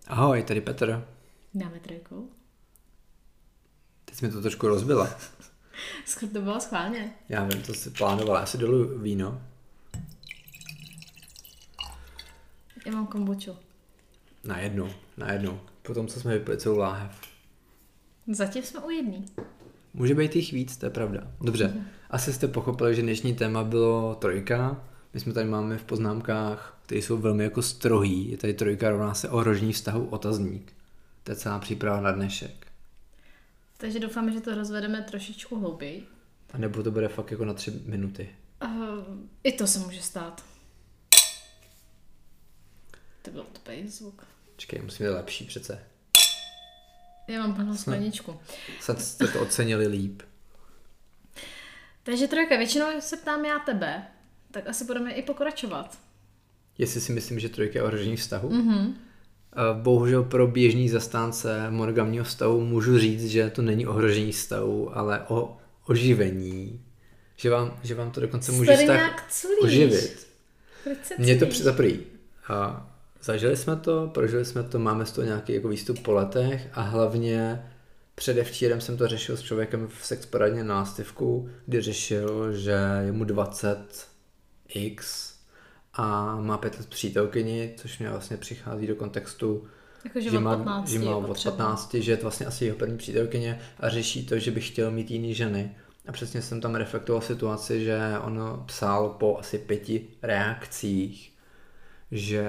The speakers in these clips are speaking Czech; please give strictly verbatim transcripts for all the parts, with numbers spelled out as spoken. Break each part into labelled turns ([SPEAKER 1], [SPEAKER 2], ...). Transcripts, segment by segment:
[SPEAKER 1] Ahoj, tady Petr.
[SPEAKER 2] Dáme trojku.
[SPEAKER 1] Teď jsi mi to trošku rozbila.
[SPEAKER 2] Skoro to bylo schválně.
[SPEAKER 1] Já vím, to si plánovala. Já si dolu víno.
[SPEAKER 2] Já mám kombuču.
[SPEAKER 1] Najednou, najednou. Potom, co jsme vypili celou láhev.
[SPEAKER 2] Zatím jsme u jedný.
[SPEAKER 1] Může být jich víc, to je pravda. Dobře, mm. Asi jste pochopili, že dnešní téma bylo trojka. My jsme tady máme v poznámkách, které jsou velmi jako strohý. Je tady trojka, rovná se ohrožení vztahu otazník. To je celá příprava na dnešek.
[SPEAKER 2] Takže doufáme, že to rozvedeme trošičku hlouběji.
[SPEAKER 1] A nebo to bude fakt jako na tři minuty.
[SPEAKER 2] Uh, I to se může stát. To byl tupej zvuk.
[SPEAKER 1] Čekej, musíme být lepší přece.
[SPEAKER 2] Já mám plnou skleničku.
[SPEAKER 1] Snad jste to ocenili líp.
[SPEAKER 2] Takže trojka, většinou se ptám já tebe, tak asi budeme i pokračovat.
[SPEAKER 1] Jestli si myslím, že trojka je ohrožení vztahu?
[SPEAKER 2] Mhm.
[SPEAKER 1] Bohužel pro běžný zastánce monogamního vztahu můžu říct, že to není ohrožení vztahu, ale o oživení. Že vám, že vám to dokonce může vztah oživit. Mně to zaprý. A zažili jsme to, prožili jsme to, máme z toho nějaký jako výstup po letech a hlavně předevčírem jsem to řešil s člověkem v sex poradně na Lástivku, kdy řešil, že je mu dvacet x a má pět let přítelkyni, což mě vlastně přichází do kontextu,
[SPEAKER 2] jako, že,
[SPEAKER 1] že
[SPEAKER 2] má,
[SPEAKER 1] má, že má od patnácti, že je to vlastně asi jeho první přítelkyně a řeší to, že by chtěl mít jiný ženy. A přesně jsem tam reflektoval situaci, že ono psal po asi pěti reakcích, že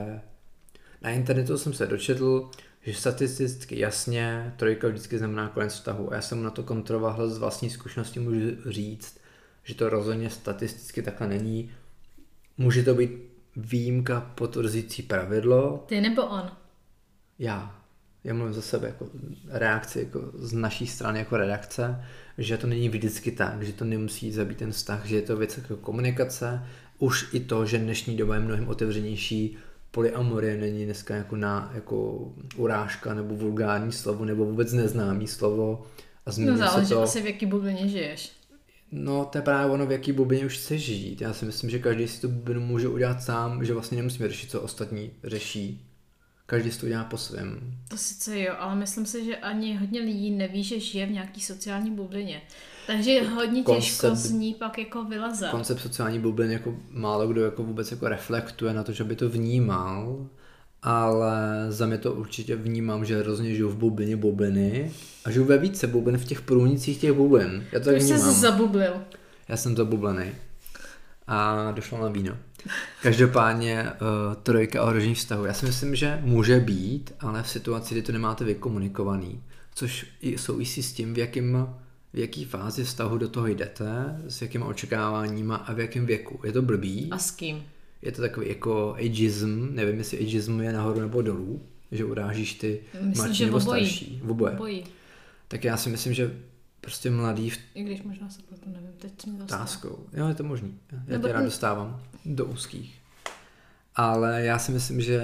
[SPEAKER 1] na internetu jsem se dočetl, že statisticky jasně trojka vždycky znamená konec vztahu. A já jsem na to kontroloval z vlastní zkušenosti, můžu říct, že to rozhodně statisticky takhle není. Může to být výjimka potvrzující pravidlo.
[SPEAKER 2] Ty nebo on?
[SPEAKER 1] Já. Já mluvím za sebe jako reakci, jako z naší strany jako redakce, že to není vždycky tak, že to nemusí zabít ten vztah, že je to věc jako komunikace. Už i to, že dnešní doba je mnohem otevřenější, polyamorie není dneska jako, na, jako urážka nebo vulgární slovo nebo vůbec neznámý slovo. A
[SPEAKER 2] no záleží
[SPEAKER 1] se to...
[SPEAKER 2] asi v jaký bublině žiješ.
[SPEAKER 1] No to je právě ono, v jaký bublině už chceš žít. Já si myslím, že každý si tu bublinu může udělat sám, že vlastně nemusíme řešit, co ostatní řeší. Každý si to udělá po svém.
[SPEAKER 2] To sice jo, ale myslím si, že ani hodně lidí neví, že žije v nějaký sociální bublině. Takže hodně těžko koncept, z ní pak jako vyleze.
[SPEAKER 1] Koncept sociální bubliny jako málo kdo jako vůbec jako reflektuje na to, že by to vnímal, ale za mě to určitě vnímám, že hrozně žiju v bublině bubliny a žiju ve více bublin v těch průnicích těch bublin. Já to tak vnímám.
[SPEAKER 2] Ty jsi zabublil.
[SPEAKER 1] Já jsem zabublený. A došlo na víno. Každopádně uh, trojka ohrožení vztahu. Já si myslím, že může být, ale v situaci, kdy to nemáte vykomunikovaný, což souvisí s tím, v jakým v jaký fázi vztahu do toho jdete, s jakýma očekáváníma a v jakém věku. Je to blbý.
[SPEAKER 2] A s kým?
[SPEAKER 1] Je to takový jako ageism, nevím, jestli ageism je nahoru nebo dolů, že urážíš ty mladší nebo starší. V oboje.
[SPEAKER 2] Obojí.
[SPEAKER 1] Tak já si myslím, že prostě mladý... V...
[SPEAKER 2] I když možná se proto nevím, teď mě dostává.
[SPEAKER 1] Táskou. Jo, je to možný. Já
[SPEAKER 2] nebo
[SPEAKER 1] tě rád dostávám do úzkých. Ale já si myslím, že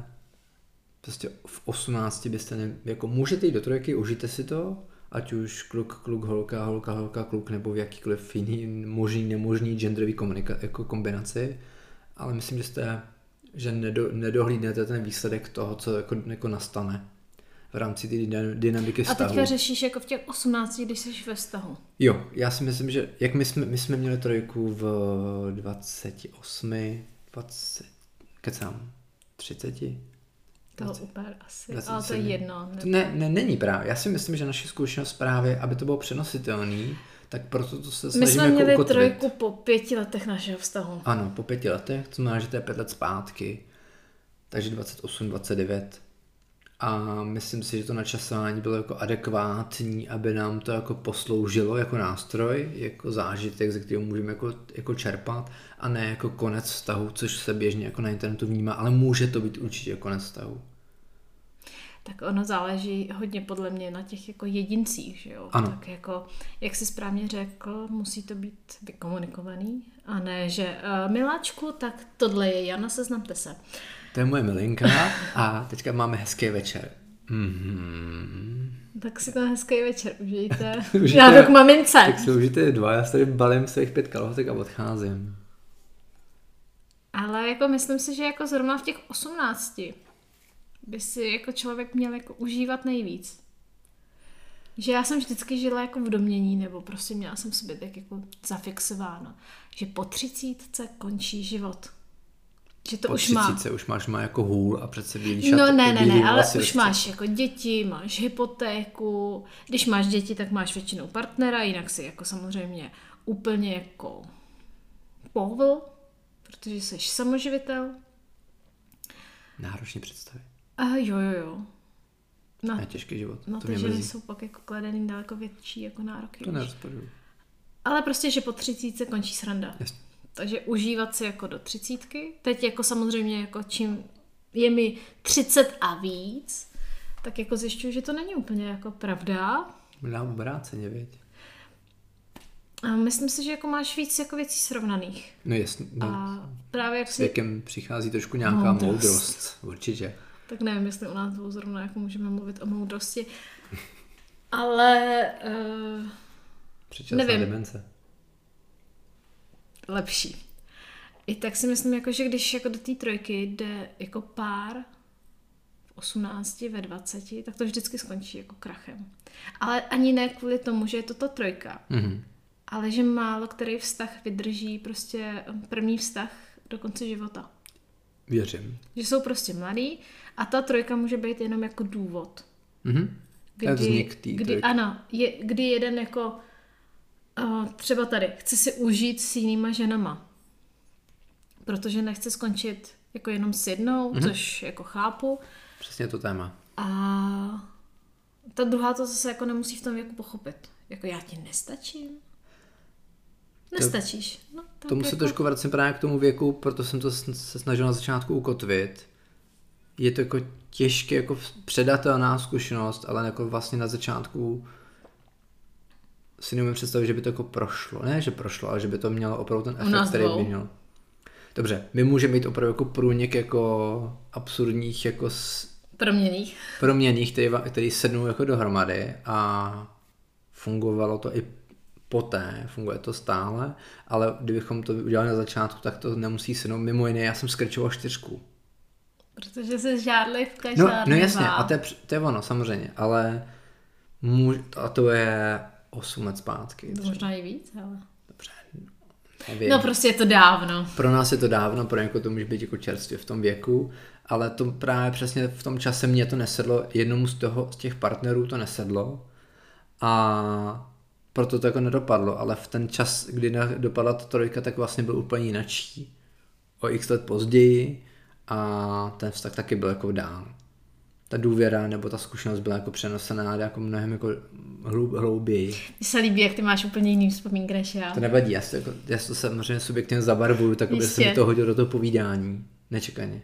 [SPEAKER 1] prostě v osmnácti byste ne... jako můžete jít do trojky, užijte si to, ať už kluk, kluk, holka, holka, holka, kluk, nebo v jakýkoliv jiný možný, nemožný genderový komunika- jako kombinaci, ale myslím, že jste, že nedo, nedohlídnete ten výsledek toho, co jako, jako nastane v rámci té dynamiky vztahu.
[SPEAKER 2] A teďka řešíš jako v těch osmnácti, když jsi ve vztahu.
[SPEAKER 1] Jo, já si myslím, že jak my jsme, my jsme měli trojku v dvacet osm, dvacet, kecám, třicet.
[SPEAKER 2] To úplně asi, ale to je jedno.
[SPEAKER 1] To ne, ne, není právě. Já si myslím, že naše zkušenost právě, aby to bylo přenositelný, tak proto to se snažíme
[SPEAKER 2] My jsme
[SPEAKER 1] jako
[SPEAKER 2] měli
[SPEAKER 1] ukotvit.
[SPEAKER 2] Trojku po pěti letech našeho vztahu.
[SPEAKER 1] Ano, po pěti letech, to znamená, že to je pět let zpátky, takže dvacet osm, dvacet devět. A myslím si, že to načasování bylo jako adekvátní, aby nám to jako posloužilo jako nástroj, jako zážitek, ze kterého můžeme jako, jako čerpat, a ne jako konec vztahu, což se běžně jako na internetu vnímá, ale může to být určitě konec vztahu.
[SPEAKER 2] Tak ono záleží hodně podle mě na těch jako jedincích, že jo?
[SPEAKER 1] Ano.
[SPEAKER 2] Tak jako, jak jsi správně řekl, musí to být vykomunikovaný, a ne, že uh, miláčku, tak tohle je Jana, seznamte se.
[SPEAKER 1] To je moje milinka a teďka máme hezký večer. Mm-hmm.
[SPEAKER 2] Tak si ten hezký večer užijte.
[SPEAKER 1] užijte
[SPEAKER 2] Já jdu k mamince.
[SPEAKER 1] Tak si užijte dva, já si tady balím svých pět kalhotek a odcházím.
[SPEAKER 2] Ale jako myslím si, že jako zrovna v těch osmnácti by si jako člověk měl jako užívat nejvíc. Že já jsem vždycky žila jako v domění, nebo prostě měla jsem v sobě tak jako zafixováno, že po třicítce končí život. Že to
[SPEAKER 1] po
[SPEAKER 2] už má.
[SPEAKER 1] třicítce už máš má jako hůl a přece bílý šat.
[SPEAKER 2] No ne, ne, ne, ale už máš jako děti, máš hypotéku. Když máš děti, tak máš většinou partnera, jinak si jako samozřejmě úplně jako povl, protože jsi samoživitel.
[SPEAKER 1] Náročný představy.
[SPEAKER 2] A jo, jo, jo.
[SPEAKER 1] Na, na těžký život.
[SPEAKER 2] No ty ženy jsou pak jako kladený daleko větší jako nároky.
[SPEAKER 1] To nerozporuju.
[SPEAKER 2] Ale prostě, že po třicítce končí sranda.
[SPEAKER 1] Jasně.
[SPEAKER 2] Takže užívat si jako do třicítky. Teď jako samozřejmě jako čím je mi třicet a víc, tak jako zjišťuju, že to není úplně jako pravda.
[SPEAKER 1] Možná obráceně, věď.
[SPEAKER 2] A myslím si, že jako máš víc jako věcí srovnaných.
[SPEAKER 1] No jasně. No.
[SPEAKER 2] A právě jak
[SPEAKER 1] s
[SPEAKER 2] si...
[SPEAKER 1] věkem přichází trošku nějaká moudrost. moudrost. Určitě.
[SPEAKER 2] Tak nevím, jestli u nás dvou zrovna jako můžeme mluvit o moudrosti. Ale... Uh,
[SPEAKER 1] Předčasná demence.
[SPEAKER 2] Lepší. I tak si myslím, jako, že když jako do té trojky jde jako pár v osmnácti, ve dvaceti, tak to vždycky skončí jako krachem. Ale ani ne kvůli tomu, že je to ta trojka. Mm-hmm. Ale že málo který vztah vydrží prostě první vztah do konce života.
[SPEAKER 1] Věřím.
[SPEAKER 2] Že jsou prostě mladí a ta trojka může být jenom jako důvod.
[SPEAKER 1] Mhm.
[SPEAKER 2] Kdy,
[SPEAKER 1] vznik té
[SPEAKER 2] kdy,
[SPEAKER 1] trojky.
[SPEAKER 2] ano, je, kdy jeden jako uh, třeba tady chce si užít s jinýma ženama. Protože nechce skončit jako jenom s jednou, mhm. což jako chápu.
[SPEAKER 1] Přesně to téma.
[SPEAKER 2] A ta druhá to zase jako nemusí v tom věku pochopit. Jako já ti nestačím. Nestačíš. No,
[SPEAKER 1] tomu
[SPEAKER 2] jako...
[SPEAKER 1] se trošku vracím právě k tomu věku, proto jsem to se snažil na začátku ukotvit. Je to jako těžké, jako předatelná zkušenost, ale jako vlastně na začátku si neumím představit, že by to jako prošlo. Ne, že prošlo, ale že by to mělo opravdu ten efekt, který by měl. Dobře, my můžeme mít opravdu jako průnik jako absurdních jako s...
[SPEAKER 2] proměnných,
[SPEAKER 1] proměnných který, který sednou jako dohromady a fungovalo to i poté, funguje to stále, ale kdybychom to udělali na začátku, tak to nemusí sednout. Mimo jiné, já jsem skrčoval čtyřku.
[SPEAKER 2] Protože se žádlivka
[SPEAKER 1] no,
[SPEAKER 2] žádlivá.
[SPEAKER 1] No jasně, a to je, to je ono, samozřejmě, ale můž, a to je osm let zpátky.
[SPEAKER 2] To možná i víc, ale...
[SPEAKER 1] Dobře. Nevím.
[SPEAKER 2] No prostě je to dávno.
[SPEAKER 1] Pro nás je to dávno, pro někoho to může být jako čerstvě v tom věku, ale to právě přesně v tom čase mě to nesedlo, jednomu z, toho, z těch partnerů to nesedlo a proto to jako nedopadlo, ale v ten čas, kdy dopadla ta trojka, tak vlastně byl úplně jinačí. O x let později a ten vztah taky byl jako dál. Ta důvěra nebo ta zkušenost byla jako přenosená jako mnohem jako hlub, hlouběji. Mně
[SPEAKER 2] se líbí, jak ty máš úplně jiný vzpomínky než já.
[SPEAKER 1] To nevadí, já, jako, já to samozřejmě subjektivně zabarvuju, tak aby se mi to hodilo do toho povídání. Nečekaně.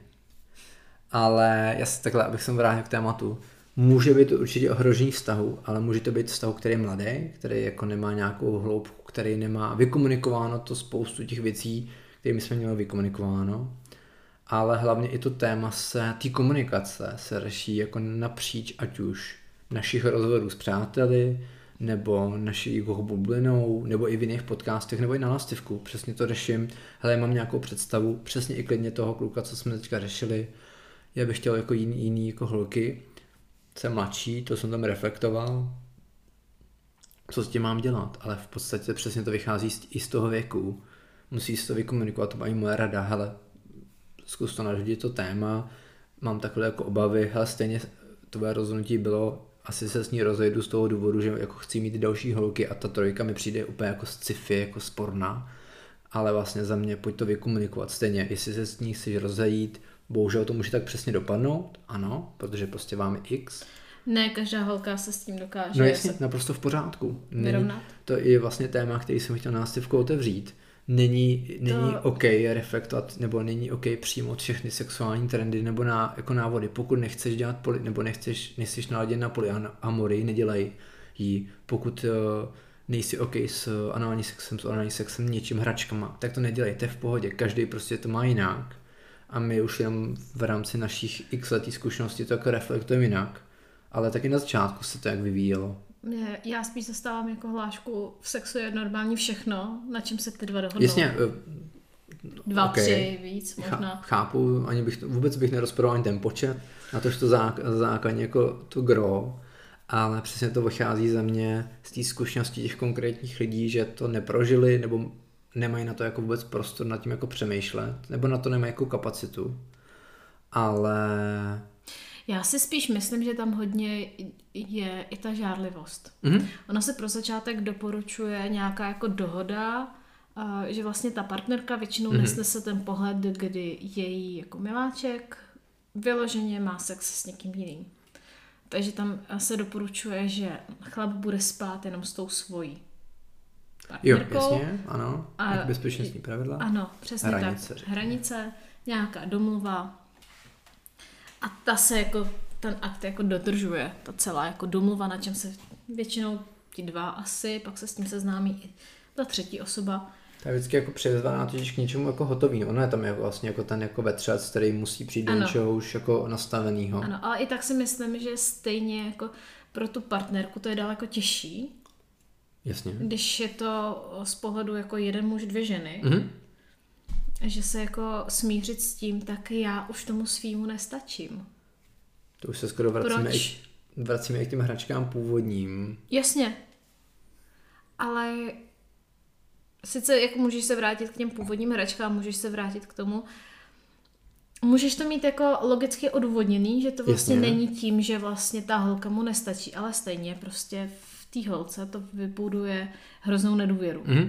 [SPEAKER 1] Ale já si takhle, abych se vrátil k tématu. Může být to určitě ohrožení vztahu, ale může to být vztahu, který je mladý, který jako nemá nějakou hloubku, který nemá vykomunikováno to spoustu těch věcí, kterými jsme měli vykomunikováno. Ale hlavně i to téma se, té komunikace se řeší jako napříč, ať už našich rozhovorů s přáteli, nebo naší bublinou, nebo i v jiných podcastech, nebo i na Lastivku. Přesně to řeším. Hele, mám nějakou představu, přesně i klidně toho kluka, co jsme teďka řešili. Já bych chtěl jako jiný, jiný jako holky. Jsem mladší, to jsem tam reflektoval. Co s tím mám dělat? Ale v podstatě přesně to vychází i z toho věku. Musí si to vykomunikovat, to má i moje rada. Hele, zkus to nařídit to téma, mám takové jako obavy, hele, stejně tvoje rozhodnutí bylo, asi se s ní rozejdu z toho důvodu, že jako chci mít další holky a ta trojka mi přijde úplně jako sci-fi, jako sporná, ale vlastně za mě pojď to vykomunikovat stejně, jestli se s ní chceš rozejít, bohužel to může tak přesně dopadnout, ano, protože prostě vám je X.
[SPEAKER 2] Ne, každá holka se s tím dokáže.
[SPEAKER 1] No jasně, naprosto v pořádku.
[SPEAKER 2] Vyrovnat.
[SPEAKER 1] To je vlastně téma, který jsem chtěl na Lastivku otevřít. Není, není to... OK reflektovat, nebo není OK přijmout všechny sexuální trendy nebo na, jako návody. Pokud nechceš dělat poli, nebo nechceš, nechceš naladět na polyamorii, nedělej ji. Pokud uh, nejsi OK s anální sexem, s anální sexem, něčím hračkama, tak to nedělej, to je v pohodě. Každý prostě to má jinak. A my už jenom v rámci našich x letých zkušeností to jako reflektujeme jinak. Ale taky na začátku se to jak vyvíjelo.
[SPEAKER 2] Já spíš zastávám jako hlášku, v sexu je normální všechno, na čem se ty dva dohodnou.
[SPEAKER 1] Jasně,
[SPEAKER 2] Dva, okay. tři, víc možná.
[SPEAKER 1] Chápu, ani bych to, vůbec bych nerozporoval ani ten počet, na to, že to základně jako to gro, ale přesně to vychází za mě z té zkušenosti těch konkrétních lidí, že to neprožili, nebo nemají na to jako vůbec prostor nad tím jako přemýšlet, nebo na to nemají jako kapacitu, ale...
[SPEAKER 2] Já si spíš myslím, že tam hodně je i ta žárlivost.
[SPEAKER 1] Mm-hmm.
[SPEAKER 2] Ona se pro začátek doporučuje nějaká jako dohoda, že vlastně ta partnerka většinou mm-hmm. nesnese ten pohled, kdy její jako miláček vyloženě má sex s někým jiným. Takže tam se doporučuje, že chlap bude spát jenom s tou svojí partnerkou.
[SPEAKER 1] Jo, jasně, ano. A jak bezpečnostní pravidla.
[SPEAKER 2] Ano, přesně
[SPEAKER 1] Hranice,
[SPEAKER 2] tak.
[SPEAKER 1] Řekně.
[SPEAKER 2] Hranice, nějaká domluva. A ta se jako, ten akt jako dodržuje. Ta celá jako domluva, na čem se většinou ti dva asi, pak se s tím seznámí i ta třetí osoba.
[SPEAKER 1] Ta je vždycky jako přizvaná totiž k něčemu jako hotový. Ono je tam jako vlastně jako ten jako vetřec, který musí přijít do něčeho už jako nastavenýho.
[SPEAKER 2] Ano, ale i tak si myslím, že stejně jako pro tu partnerku to je daleko těžší.
[SPEAKER 1] Jasně.
[SPEAKER 2] Když je to z pohledu jako jeden muž, dvě ženy,
[SPEAKER 1] mm-hmm.
[SPEAKER 2] že se jako smířit s tím, tak já už tomu svýmu nestačím.
[SPEAKER 1] To už se skoro vracíme, i, vracíme i k těm hračkám původním.
[SPEAKER 2] Jasně. Ale sice jako můžeš se vrátit k těm původním hračkám, můžeš se vrátit k tomu, můžeš to mít jako logicky odůvodněný, že to vlastně Jasně. není tím, že vlastně ta holka mu nestačí, ale stejně prostě v té holce to vybuduje hroznou nedůvěru.
[SPEAKER 1] Mm-hmm.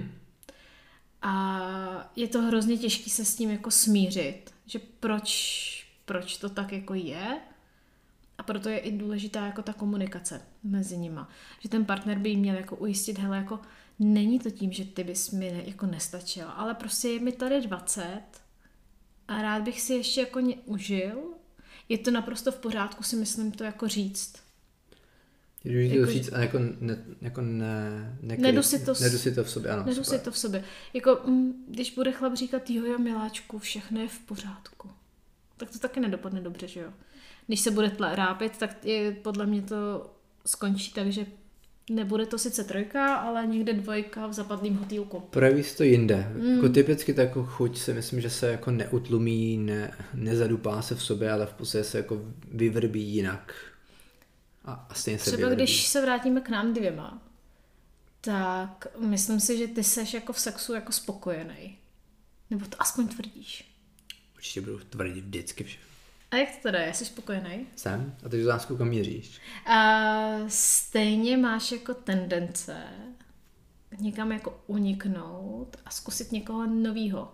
[SPEAKER 2] A je to hrozně těžké se s tím jako smířit, že proč, proč to tak jako je, a proto je i důležitá jako ta komunikace mezi nima. Že ten partner by jí měl jako ujistit, hele, jako není to tím, že ty bys mi ne, jako nestačila, ale prostě je mi tady dvacet a rád bych si ještě jako ně užil. Je to naprosto v pořádku, si myslím to jako říct.
[SPEAKER 1] Je důležité jako, říct a jako, ne, jako ne, ne,
[SPEAKER 2] nedusit to,
[SPEAKER 1] nedusit to v sobě, ano.
[SPEAKER 2] Nedusit to v sobě. Jako, mm, když bude chlap říkat, jo, jo, miláčku, všechno je v pořádku, tak to taky nedopadne dobře, že jo. Když se bude rápit, tak je, podle mě to skončí tak, že nebude to sice trojka, ale někde dvojka v zapadlým hotýlku.
[SPEAKER 1] Projeví se to jinde. Mm. Jako typicky ta jako chuť si myslím, že se jako neutlumí, ne, nezadupá se v sobě, ale v podstatě se jako vyvrbí jinak. A stejně se
[SPEAKER 2] Třeba
[SPEAKER 1] vyvrbí.
[SPEAKER 2] Když se vrátíme k nám dvěma, tak myslím si, že ty seš jako v sexu jako spokojený. Nebo to aspoň tvrdíš.
[SPEAKER 1] Určitě budu tvrdit vždycky vše.
[SPEAKER 2] A jak to teda je? Jsi spokojený?
[SPEAKER 1] Jsem. A teď otázku, kam míříš?
[SPEAKER 2] A stejně máš jako tendence někam jako uniknout a zkusit někoho novýho.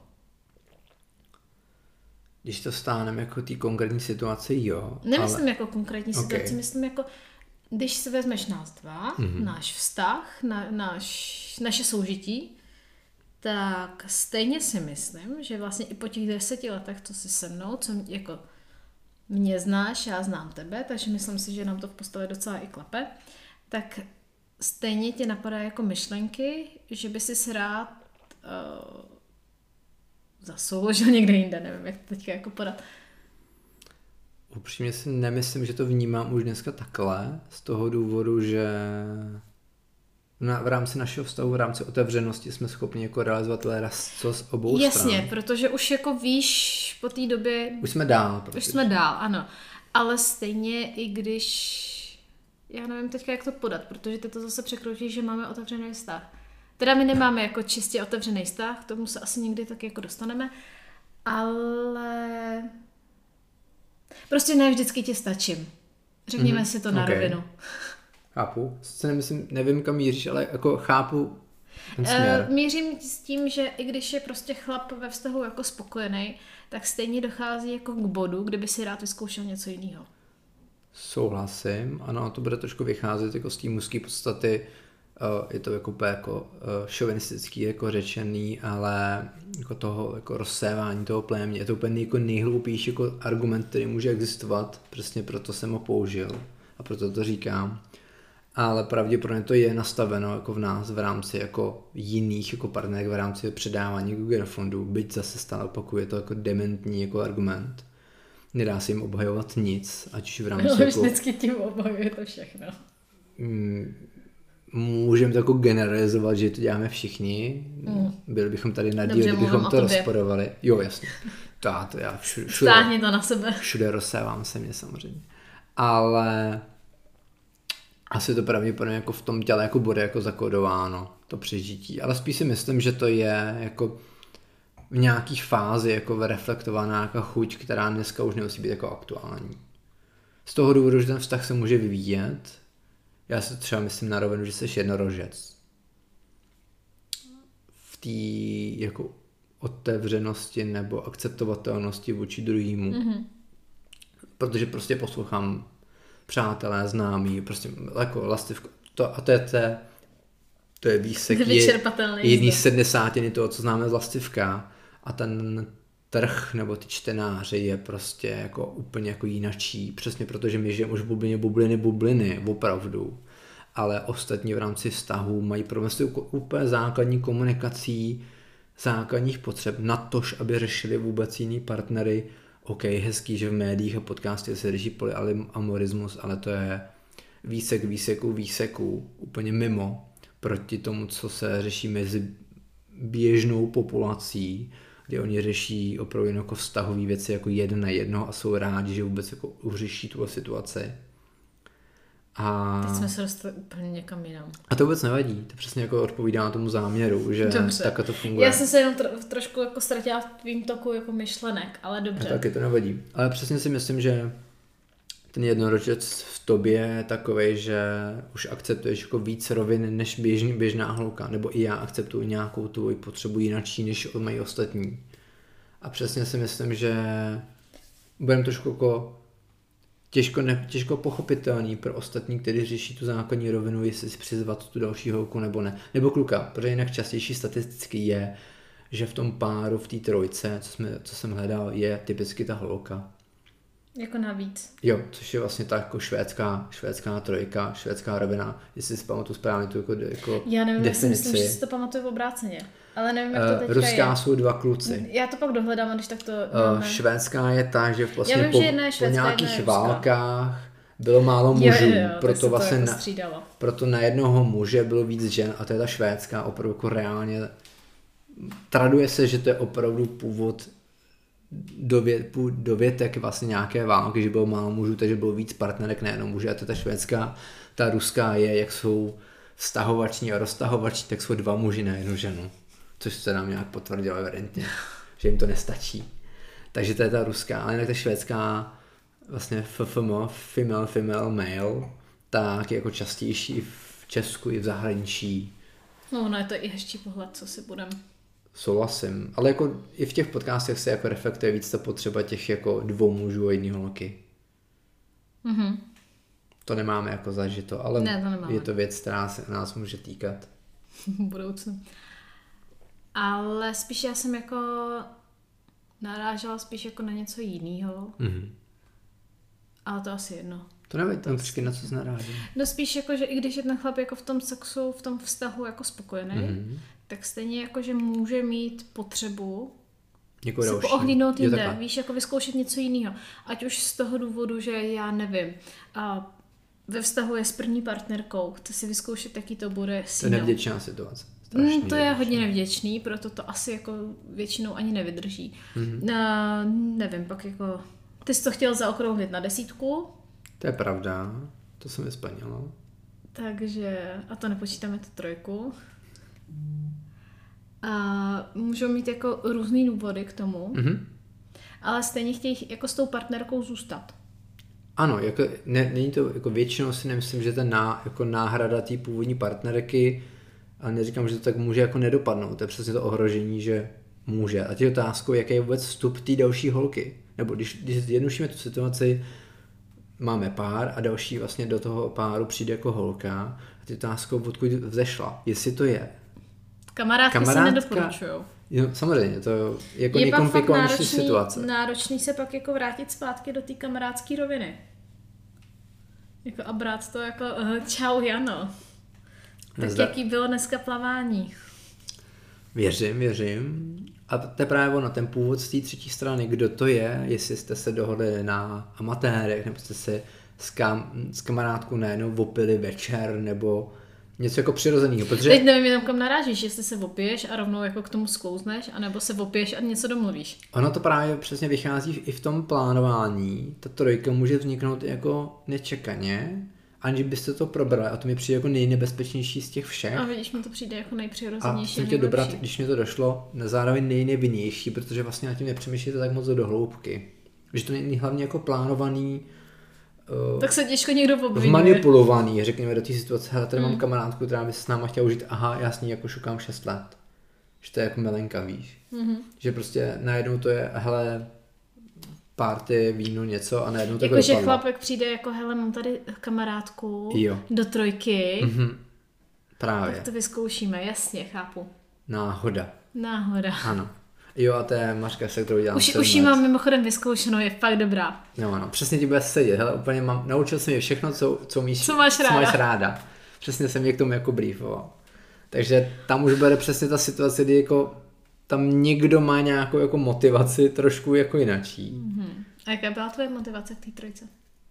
[SPEAKER 1] Když to stáneme jako té konkrétní situaci, jo.
[SPEAKER 2] Nemyslím
[SPEAKER 1] ale...
[SPEAKER 2] jako konkrétní situaci, okay. Myslím jako, když si vezmeš nás dva, mm-hmm. náš vztah, na, náš, naše soužití, tak stejně si myslím, že vlastně i po těch deseti letech, co jsi se mnou, co jako mě znáš, já znám tebe, takže myslím si, že nám to v postavě docela i klape, tak stejně tě napadá jako myšlenky, že by si rád uh, zasouložil někde jinde, nevím, jak to teďka jako podat.
[SPEAKER 1] Upřímně si nemyslím, že to vnímám už dneska takhle, z toho důvodu, že na, v rámci našeho vztahu, v rámci otevřenosti jsme schopni jako realizovat co z obou
[SPEAKER 2] Jasně,
[SPEAKER 1] stran.
[SPEAKER 2] Jasně, protože už jako víš po té době...
[SPEAKER 1] Už jsme dál. Protože.
[SPEAKER 2] Už jsme dál, ano. Ale stejně i když... Já nevím teďka, jak to podat, protože ty to zase překročíš, že máme otevřený vztah. Teda my nemáme jako čistě otevřený vztah, k tomu se asi někdy taky jako dostaneme, ale... Prostě ne vždycky ti stačím. Řekněme mm-hmm. si to na okay. rovinu.
[SPEAKER 1] Chápu. Sice nemyslím, nevím, kam míříš, ale jako chápu ten směr.
[SPEAKER 2] Uh, mířím s tím, že i když je prostě chlap ve vztahu jako spokojený, tak stejně dochází jako k bodu, kde by si rád vyzkoušel něco jiného.
[SPEAKER 1] Souhlasím. Ano, to bude trošku vycházet jako z té mužské podstaty. Uh, je to jako jako uh, šovinistický jako řečený, ale jako toho jako rozsévání toho plémě. Je to úplně jako nejhloupější jako argument, který může existovat. Přesně proto jsem ho použil a proto to říkám. Ale pravděpodobně to je nastaveno jako v nás v rámci jako jiných jako partnerek, v rámci předávání jako genofondů, byť zase stále opakuje to jako dementní jako argument. Nedá se jim obhajovat nic, ať už v rámci
[SPEAKER 2] no,
[SPEAKER 1] jako...
[SPEAKER 2] vždycky tím obhajuje to všechno.
[SPEAKER 1] Mm, můžeme to jako generalizovat, že to děláme všichni. Mm. Byli bychom tady na díl, kdybychom to rozporovali. Jo, jasně. To já, to já všude, všude,
[SPEAKER 2] Stáhni to na sebe.
[SPEAKER 1] Všude rozsévám se mě samozřejmě. Ale asi to pravděpodobně jako v tom těle jako bude jako zakódováno, to přežití. Ale spíš si myslím, že to je jako v nějakých fázi jako reflektovaná nějaká chuť, která dneska už nemusí být jako aktuální. Z toho důvodu, že ten vztah se může vyvíjet. Já si třeba myslím na rovinu, že jsi jednorožec. V té jako otevřenosti nebo akceptovatelnosti vůči druhému. Mm-hmm. Protože prostě poslouchám přátelé, známí, prostě jako lastivko. To, a to je, to, to je výsek je, jedný sedmdesátiny toho, co známe z lastivka. A ten trh nebo ty čtenáři je prostě jako úplně jako jinačí. Přesně protože my žijeme už v bublině bubliny bubliny, opravdu. Ale ostatní v rámci vztahu mají problém s úplně základní komunikací, základních potřeb, natož, aby řešili vůbec jiný partnery. OK, hezký, že v médiích a podcastech se řeší polyamorismus, ale to je výsek výseku výseku, úplně mimo proti tomu, co se řeší mezi běžnou populací, kde oni řeší opravdu jen jako vztahové věci jako jeden na jedno a jsou rádi, že vůbec jako uřeší tu situaci. A...
[SPEAKER 2] Teď jsme se dostali úplně někam jinam.
[SPEAKER 1] A to vůbec nevadí, to přesně jako odpovídá tomu záměru, že takhle to funguje.
[SPEAKER 2] Já jsem se jenom tro- trošku jako ztratila v tvým toku jako myšlenek, ale dobře.
[SPEAKER 1] A taky to nevadí. Ale přesně si myslím, že ten jednorožec v tobě je takovej, že už akceptuješ jako víc rovin než běžný, běžná holka, nebo i já akceptuju nějakou tvoji potřebu jinačí, než mají ostatní. A přesně si myslím, že budeme trošku jako těžko, ne, těžko pochopitelný pro ostatní, kteří řeší tu základní rovinu, jestli si přizvat tu další holku nebo ne. Nebo kluka, protože jinak častější statisticky je, že v tom páru, v té trojce, co, jsme, co jsem hledal, je typicky ta holka.
[SPEAKER 2] Jako navíc.
[SPEAKER 1] Jo, což je vlastně ta jako švédská, švédská trojka, švédská rovina, jestli si pamatuju správně tu jako, jako
[SPEAKER 2] já nevím,
[SPEAKER 1] definici.
[SPEAKER 2] Já myslím, že si to pamatuju v obráceně. Ale nevím, jak to teďka
[SPEAKER 1] uh, Ruská
[SPEAKER 2] je.
[SPEAKER 1] jsou dva kluci.
[SPEAKER 2] Já to pak dohledám, a když tak to...
[SPEAKER 1] Uh, švédská je ta, že vlastně
[SPEAKER 2] vím,
[SPEAKER 1] po,
[SPEAKER 2] že jedna je švédská,
[SPEAKER 1] po nějakých
[SPEAKER 2] jedna je
[SPEAKER 1] válkách bylo málo mužů,
[SPEAKER 2] jo, jo, jo,
[SPEAKER 1] proto vlastně
[SPEAKER 2] jako
[SPEAKER 1] na, proto na jednoho muže bylo víc žen a to je ta švédská, opravdu jako reálně traduje se, že to je opravdu původ Dově, dovětek vlastně nějaké války, že bylo málo mužů, takže bylo víc partnerek, nejenom muže. A to ta švédská, ta ruská je, jak jsou vztahovační a roztahovační, tak jsou dva muži na jednu ženu. Což se nám nějak potvrdilo evidentně, že jim to nestačí. Takže to je ta ruská, ale jinak ta švédská vlastně F F M, female, female, male, tak je jako častější v Česku i v zahraničí.
[SPEAKER 2] No, no je to i hezčí pohled, co si budem.
[SPEAKER 1] Souhlasím, ale jako i v těch podcastech se jako reflektuje víc ta potřeba těch jako dvou mužů a jedné holky.
[SPEAKER 2] Mhm.
[SPEAKER 1] To nemáme jako zažito, ale
[SPEAKER 2] ne, to
[SPEAKER 1] je to věc, která se nás může týkat.
[SPEAKER 2] V budoucnu. Ale spíš já jsem jako narážela spíš jako na něco jiného. Mhm. Ale to asi jedno.
[SPEAKER 1] To nevím, tam počkej, na co jsi narážel.
[SPEAKER 2] No spíš jako, že i když je ten chlap jako v tom sexu, v tom vztahu jako spokojený, mm-hmm. tak stejně jako, že může mít potřebu
[SPEAKER 1] Někoho
[SPEAKER 2] se
[SPEAKER 1] další.
[SPEAKER 2] poohlídnout jinde, víš, jako vyzkoušet něco jiného. Ať už z toho důvodu, že já nevím, a ve vztahu je s první partnerkou, chce si vyzkoušet, jaký to bude s
[SPEAKER 1] jinou. To je nevděčná situace.
[SPEAKER 2] Mm, to nevděčný. Je hodně nevděčný, proto to asi jako většinou ani nevydrží. Mm-hmm. No, nevím, pak jako, ty jsi to chtěl zaokrouhlit na desítku.
[SPEAKER 1] To je pravda, to jsem nesplnila.
[SPEAKER 2] Takže, a to nepočítáme tu trojku. A můžou mít jako různý důvody k tomu, mm-hmm. ale stejně chtějí jako s tou partnerkou zůstat.
[SPEAKER 1] Ano, jako, ne, není to, jako většinou si nemyslím, že to je ná, jako náhrada té původní partnerky, ale neříkám, že to tak může jako nedopadnout. To je přesně to ohrožení, že může. A tě otázkou, jaký je vůbec vstup té další holky. Nebo když, když zjednodušíme tu situaci, máme pár a další vlastně do toho páru přijde jako holka a ty otázkou, odkud vzešla, jestli to je.
[SPEAKER 2] Kamarádky Kamarádka, se nedoporučujou.
[SPEAKER 1] Jo, samozřejmě, to jako je nejkomplikovanější situace.
[SPEAKER 2] Náročný se pak jako vrátit zpátky do té kamarádské roviny. Jako a brát to jako uh, čau Jano. Tak Nezda... jaký bylo dneska plavání?
[SPEAKER 1] Věřím, věřím. A to je právě ono, ten původ z té třetí strany, kdo to je, jestli jste se dohodli na amatérech, nebo jste se s, kam, s kamarádkou najednou opili večer, nebo Něco jako přirozeného, protože...
[SPEAKER 2] Teď nevím jenom kam narážíš, jestli se opiješ a rovnou jako k tomu sklouzneš, anebo se opiješ a něco domluvíš.
[SPEAKER 1] Ono to právě přesně vychází i v tom plánování. Ta trojka může vzniknout jako nečekaně, aniž byste to probrali. A to mi přijde jako nejnebezpečnější z těch všech.
[SPEAKER 2] A vidíš, mi to přijde jako nejpřirozenější.
[SPEAKER 1] A jsem tě dobrat, když mi to došlo, zároveň nejnevinnější, protože vlastně na tím nepřemýšlíte tak moc do hloubky. Že to není hlavně jako plánovaný,
[SPEAKER 2] uh, tak se těžko někdo obvinuje.
[SPEAKER 1] Manipulovaný, řekněme, do té situace. Hele, tady mm. mám kamarádku, která by se s náma chtěla užít, aha, já s ní jako šukám šest let. Že to je jako milenka, víš. Mm-hmm. Že prostě najednou to je, hele, party, víno, něco a najednou to
[SPEAKER 2] jako že chlapek přijde jako, hele, mám tady kamarádku jo. do trojky.
[SPEAKER 1] Mm-hmm. Právě.
[SPEAKER 2] Tak to vyzkoušíme, jasně, chápu.
[SPEAKER 1] Náhoda.
[SPEAKER 2] Náhoda.
[SPEAKER 1] Ano. Jo, a to je Mařka, se kterou dělám.
[SPEAKER 2] Už, už jí mám mimochodem vyzkoušeno, je fakt dobrá.
[SPEAKER 1] No ano, přesně ti bude sedět, hele, úplně mám, naučil jsem je všechno, co, co, míš,
[SPEAKER 2] co, máš,
[SPEAKER 1] co
[SPEAKER 2] ráda.
[SPEAKER 1] máš ráda. Přesně jsem je k tomu jako briefoval. Takže tam už bude přesně ta situace, kdy jako tam někdo má nějakou jako motivaci trošku jako jinačí.
[SPEAKER 2] Mm-hmm. A jaká byla tvoje motivace k té trojce?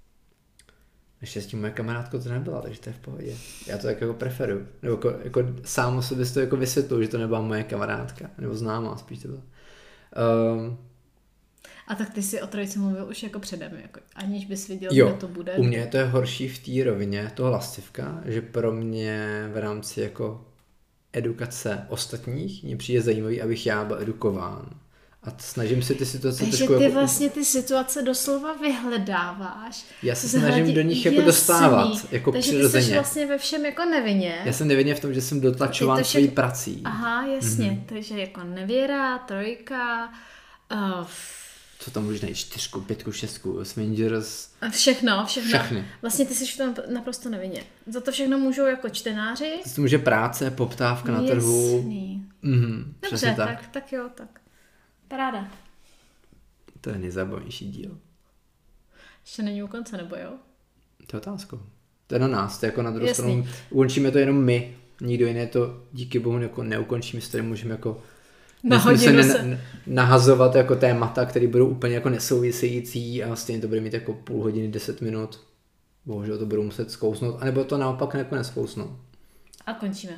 [SPEAKER 1] Naštěstí moje kamarádko to nebyla, takže to je v pohodě. Já to tak jako preferuju. Nebo jako, jako sám o sobě si to jako vysvětluji, že to nebyla moje kamarádka. Nebo známá, spíš to byla. Um,
[SPEAKER 2] a tak ty si o trojce mluvil už jako předem, jako, aniž bys viděl,
[SPEAKER 1] jo,
[SPEAKER 2] kde to bude.
[SPEAKER 1] U mě to je horší v té rovině toho lascivka, že pro mě v rámci jako edukace ostatních mě přijde zajímavý, abych já byl edukován. A snažím se ty situace
[SPEAKER 2] takže
[SPEAKER 1] trošku...
[SPEAKER 2] ty
[SPEAKER 1] jako...
[SPEAKER 2] vlastně ty situace doslova vyhledáváš.
[SPEAKER 1] Já se snažím do nich jako jasný. dostávat, jako
[SPEAKER 2] takže
[SPEAKER 1] přirozeně.
[SPEAKER 2] Takže ty jsi vlastně ve všem jako nevinně.
[SPEAKER 1] Já jsem nevinně v tom, že jsem dotlačován
[SPEAKER 2] však...
[SPEAKER 1] svojí prací.
[SPEAKER 2] Aha, jasně. Mm-hmm. Takže jako nevěra, trojka... Uh...
[SPEAKER 1] Co tam můžeš najít? Čtyřku, pětku, šestku, Smangers...
[SPEAKER 2] Všechno, všechno.
[SPEAKER 1] Všechny.
[SPEAKER 2] Vlastně ty jsi v tom naprosto nevinně. Za to všechno můžou jako čtenáři.
[SPEAKER 1] To může práce, poptávka na trhu.
[SPEAKER 2] Jasný.
[SPEAKER 1] Mhm,
[SPEAKER 2] dobře,
[SPEAKER 1] tak.
[SPEAKER 2] tak, tak jo, tak. Paráda.
[SPEAKER 1] To je nejzábavnější díl.
[SPEAKER 2] Ještě není u konce, nebo jo?
[SPEAKER 1] To je otázka. To je na nás, to je jako na druhou stranu. Ukončíme to jenom my. Nikdo jiný to díky bohu jako neukončíme, s kterým můžeme jako
[SPEAKER 2] se
[SPEAKER 1] ne- nahazovat jako témata, které budou úplně jako nesouvisející a stejně to bude mít jako půl hodiny, deset minut. Bohužel to budou muset zkousnout, anebo to naopak jako neskousnout.
[SPEAKER 2] A končíme.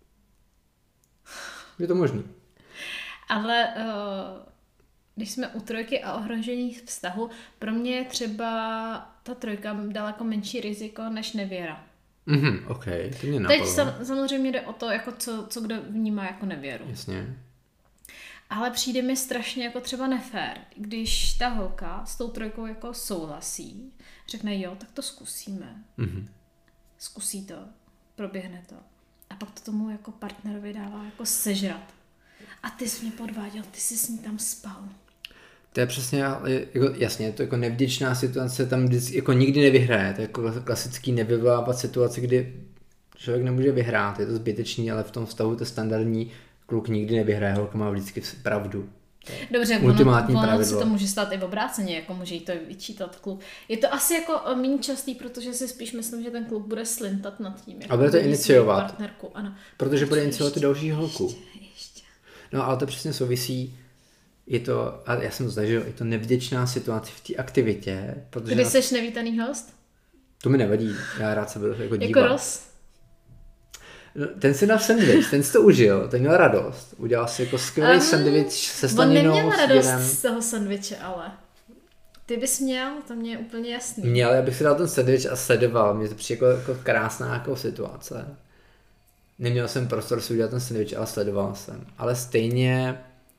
[SPEAKER 1] Je to možný.
[SPEAKER 2] Ale uh, když jsme u trojky a ohrožení vztahu, pro mě je třeba ta trojka daleko menší riziko než nevěra.
[SPEAKER 1] Mhm, ok, to mě napadlo.
[SPEAKER 2] Teď sam, samozřejmě jde o to, jako co, co kdo vnímá jako nevěru.
[SPEAKER 1] Jasně.
[SPEAKER 2] Ale přijde mi strašně jako třeba nefér, když ta holka s tou trojkou jako souhlasí, řekne jo, tak to zkusíme. Mm-hmm. Zkusí to, proběhne to. A pak to tomu jako partnerovi dává jako sežrat. A ty jsi mě podváděl, ty jsi s ní tam spal.
[SPEAKER 1] To je přesně, jako, jasně, je to jako nevděčná situace, tam vždycky, jako nikdy nevyhraje. To je jako klasický nevyvolávat situaci, kdy člověk nemůže vyhrát, je to zbytečný, ale v tom vztahu to standardní, kluk nikdy nevyhraje, holka má vždycky pravdu.
[SPEAKER 2] Dobře, ultimátní ono, ono se to může stát i v obráceně, jako může jí to vyčítat kluk. Je to asi jako méně častý, protože si spíš myslím, že ten kluk bude slintat nad tím. Jako
[SPEAKER 1] a bude to iniciovat,
[SPEAKER 2] partnerku. Ano.
[SPEAKER 1] protože bude iniciovat ty další holku.
[SPEAKER 2] Ještě, ještě.
[SPEAKER 1] No ale to přesně souvisí, je to, a já jsem to zažil, je to nevděčná situace v té aktivitě. Protože
[SPEAKER 2] kdy jsi nevítaný host?
[SPEAKER 1] To mi nevadí, já rád se budu jako dívat.
[SPEAKER 2] Jako Ross?
[SPEAKER 1] No, ten si dal sandwich, ten si to užil, ten měl radost. Udělal si jako skvělý um, sandwich se slaninou.
[SPEAKER 2] On neměl radost svěrem. Z toho sandwiche, ale ty bys měl, to mě je úplně jasný.
[SPEAKER 1] Měl, já bych si dal ten sandwich a sledoval, mě to přijde jako, jako krásná jako situace. Neměl jsem prostor si udělat ten sandwich, ale sledoval jsem. Ale stejně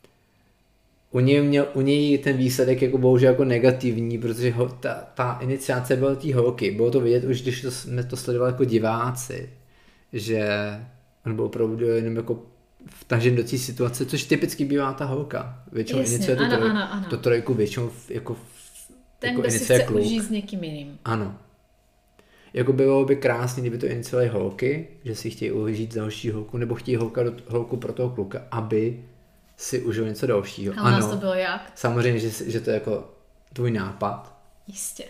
[SPEAKER 1] u něj, měl, u něj ten výsledek jako bohužel jako negativní, protože ho, ta, ta iniciace byla té holky. Bylo to vidět už, když to, jsme to sledovali jako diváci, že on byl opravdu jenom jako vtažen do té situace, což typicky bývá ta holka. Většinou iniciuje tu troj, to trojku většinou jako
[SPEAKER 2] ten,
[SPEAKER 1] jako
[SPEAKER 2] kdo si chce kluk. Užít s někým jiným.
[SPEAKER 1] Ano. Jako bylo by krásný, kdyby to iniciovali holky, že si chtějí užít další holku, nebo chtějí holka do, holku pro toho kluka, aby si užil něco dalšího.
[SPEAKER 2] A u nás to bylo jak?
[SPEAKER 1] Samozřejmě, že, že to je jako tvůj nápad.
[SPEAKER 2] Jistě.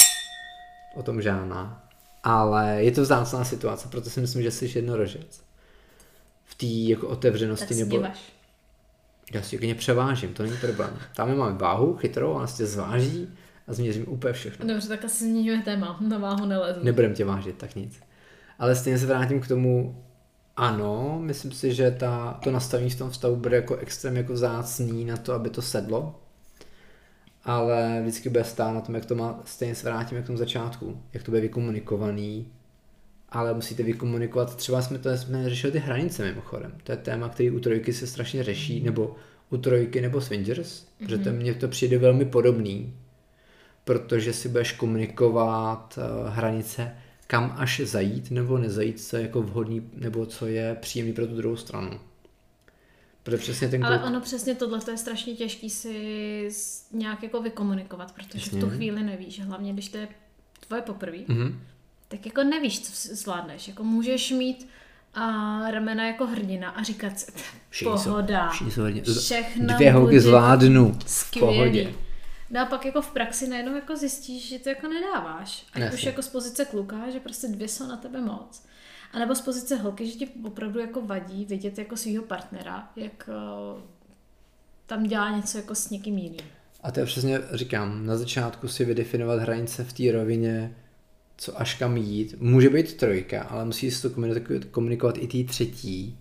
[SPEAKER 1] O tom žádná. Ale je to vzácná situace, proto si myslím, že jsi jednorožec. V té jako otevřenosti
[SPEAKER 2] tak
[SPEAKER 1] nebo... Já si klidně převážím, to není problém. Tam máme váhu chytrou, ona si tě zváží a změřím úplně všechno.
[SPEAKER 2] Dobře, tak asi změníme téma, na váhu nelezu.
[SPEAKER 1] Nebudem tě vážit, tak nic. Ale stejně se vrátím k tomu, ano, myslím si, že ta, to nastavení v tom vztahu bude jako extrémně jako vzácný na to, aby to sedlo. Ale vždycky bude stát na tom, jak to má, stejně se vrátím k tomu začátku, jak to bude vykomunikovaný, ale musíte vykomunikovat, třeba jsme to jsme řešili ty hranice mimochodem, to je téma, který u trojky se strašně řeší, nebo u trojky nebo Swingers, mm-hmm. protože to mně to přijde velmi podobný, protože si budeš komunikovat uh, hranice, kam až zajít nebo nezajít, co je jako vhodný, nebo co je příjemný pro tu druhou stranu. Protože přesně ten
[SPEAKER 2] Ale
[SPEAKER 1] kluk...
[SPEAKER 2] ono přesně tohle je strašně těžký si nějak jako vykomunikovat, protože Jasně. v tu chvíli nevíš, hlavně když to je tvoje poprvé, mm-hmm. tak jako nevíš, co zvládneš. Jako můžeš mít a ramena jako hrdina a říkat si, pohoda, všechno
[SPEAKER 1] dvě holky zvládnu, v pohodě.
[SPEAKER 2] No a pak jako v praxi najednou jako zjistíš, že to jako nedáváš. Ať už jako z pozice kluka, že prostě dvě jsou na tebe moc. A nebo z pozice holky, že ti opravdu jako vadí vidět jako svýho partnera, jak uh, tam dělá něco jako s někým jiným.
[SPEAKER 1] A to je přesně, říkám, na začátku si vydefinovat hranice v té rovině, co až kam jít. Může být trojka, ale musí si to komunikovat i té třetí,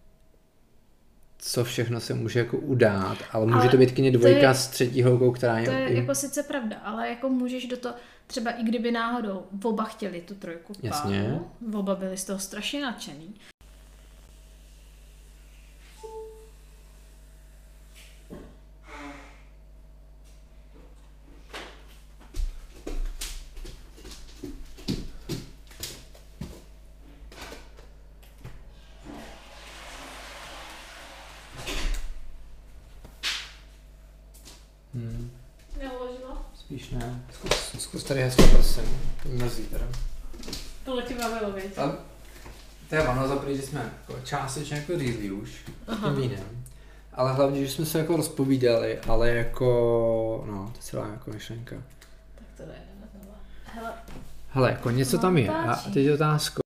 [SPEAKER 1] co všechno se může jako udát, ale může ale to být kyně dvojka je, s třetí holkou, která je...
[SPEAKER 2] To je jim... jako sice pravda, ale jako můžeš do toho, třeba i kdyby náhodou oba chtěli tu trojku pánu, oba byli z toho strašně nadšený.
[SPEAKER 1] Hmm.
[SPEAKER 2] Neuložila?
[SPEAKER 1] Spíš ne. Zkus, zkus tady hezko, prosím. To mě mrzí teda.
[SPEAKER 2] Tohle ti bavilo, víc.
[SPEAKER 1] To je ono, za první, že jsme jako částečně jako řízli už. Tím vínem. Ale hlavně, že jsme se jako rozpovídali, ale jako, no, to je celá jako myšlenka.
[SPEAKER 2] Tak to jdeme znova. Hele.
[SPEAKER 1] Hele, jako něco tam je. A teď je otázkou,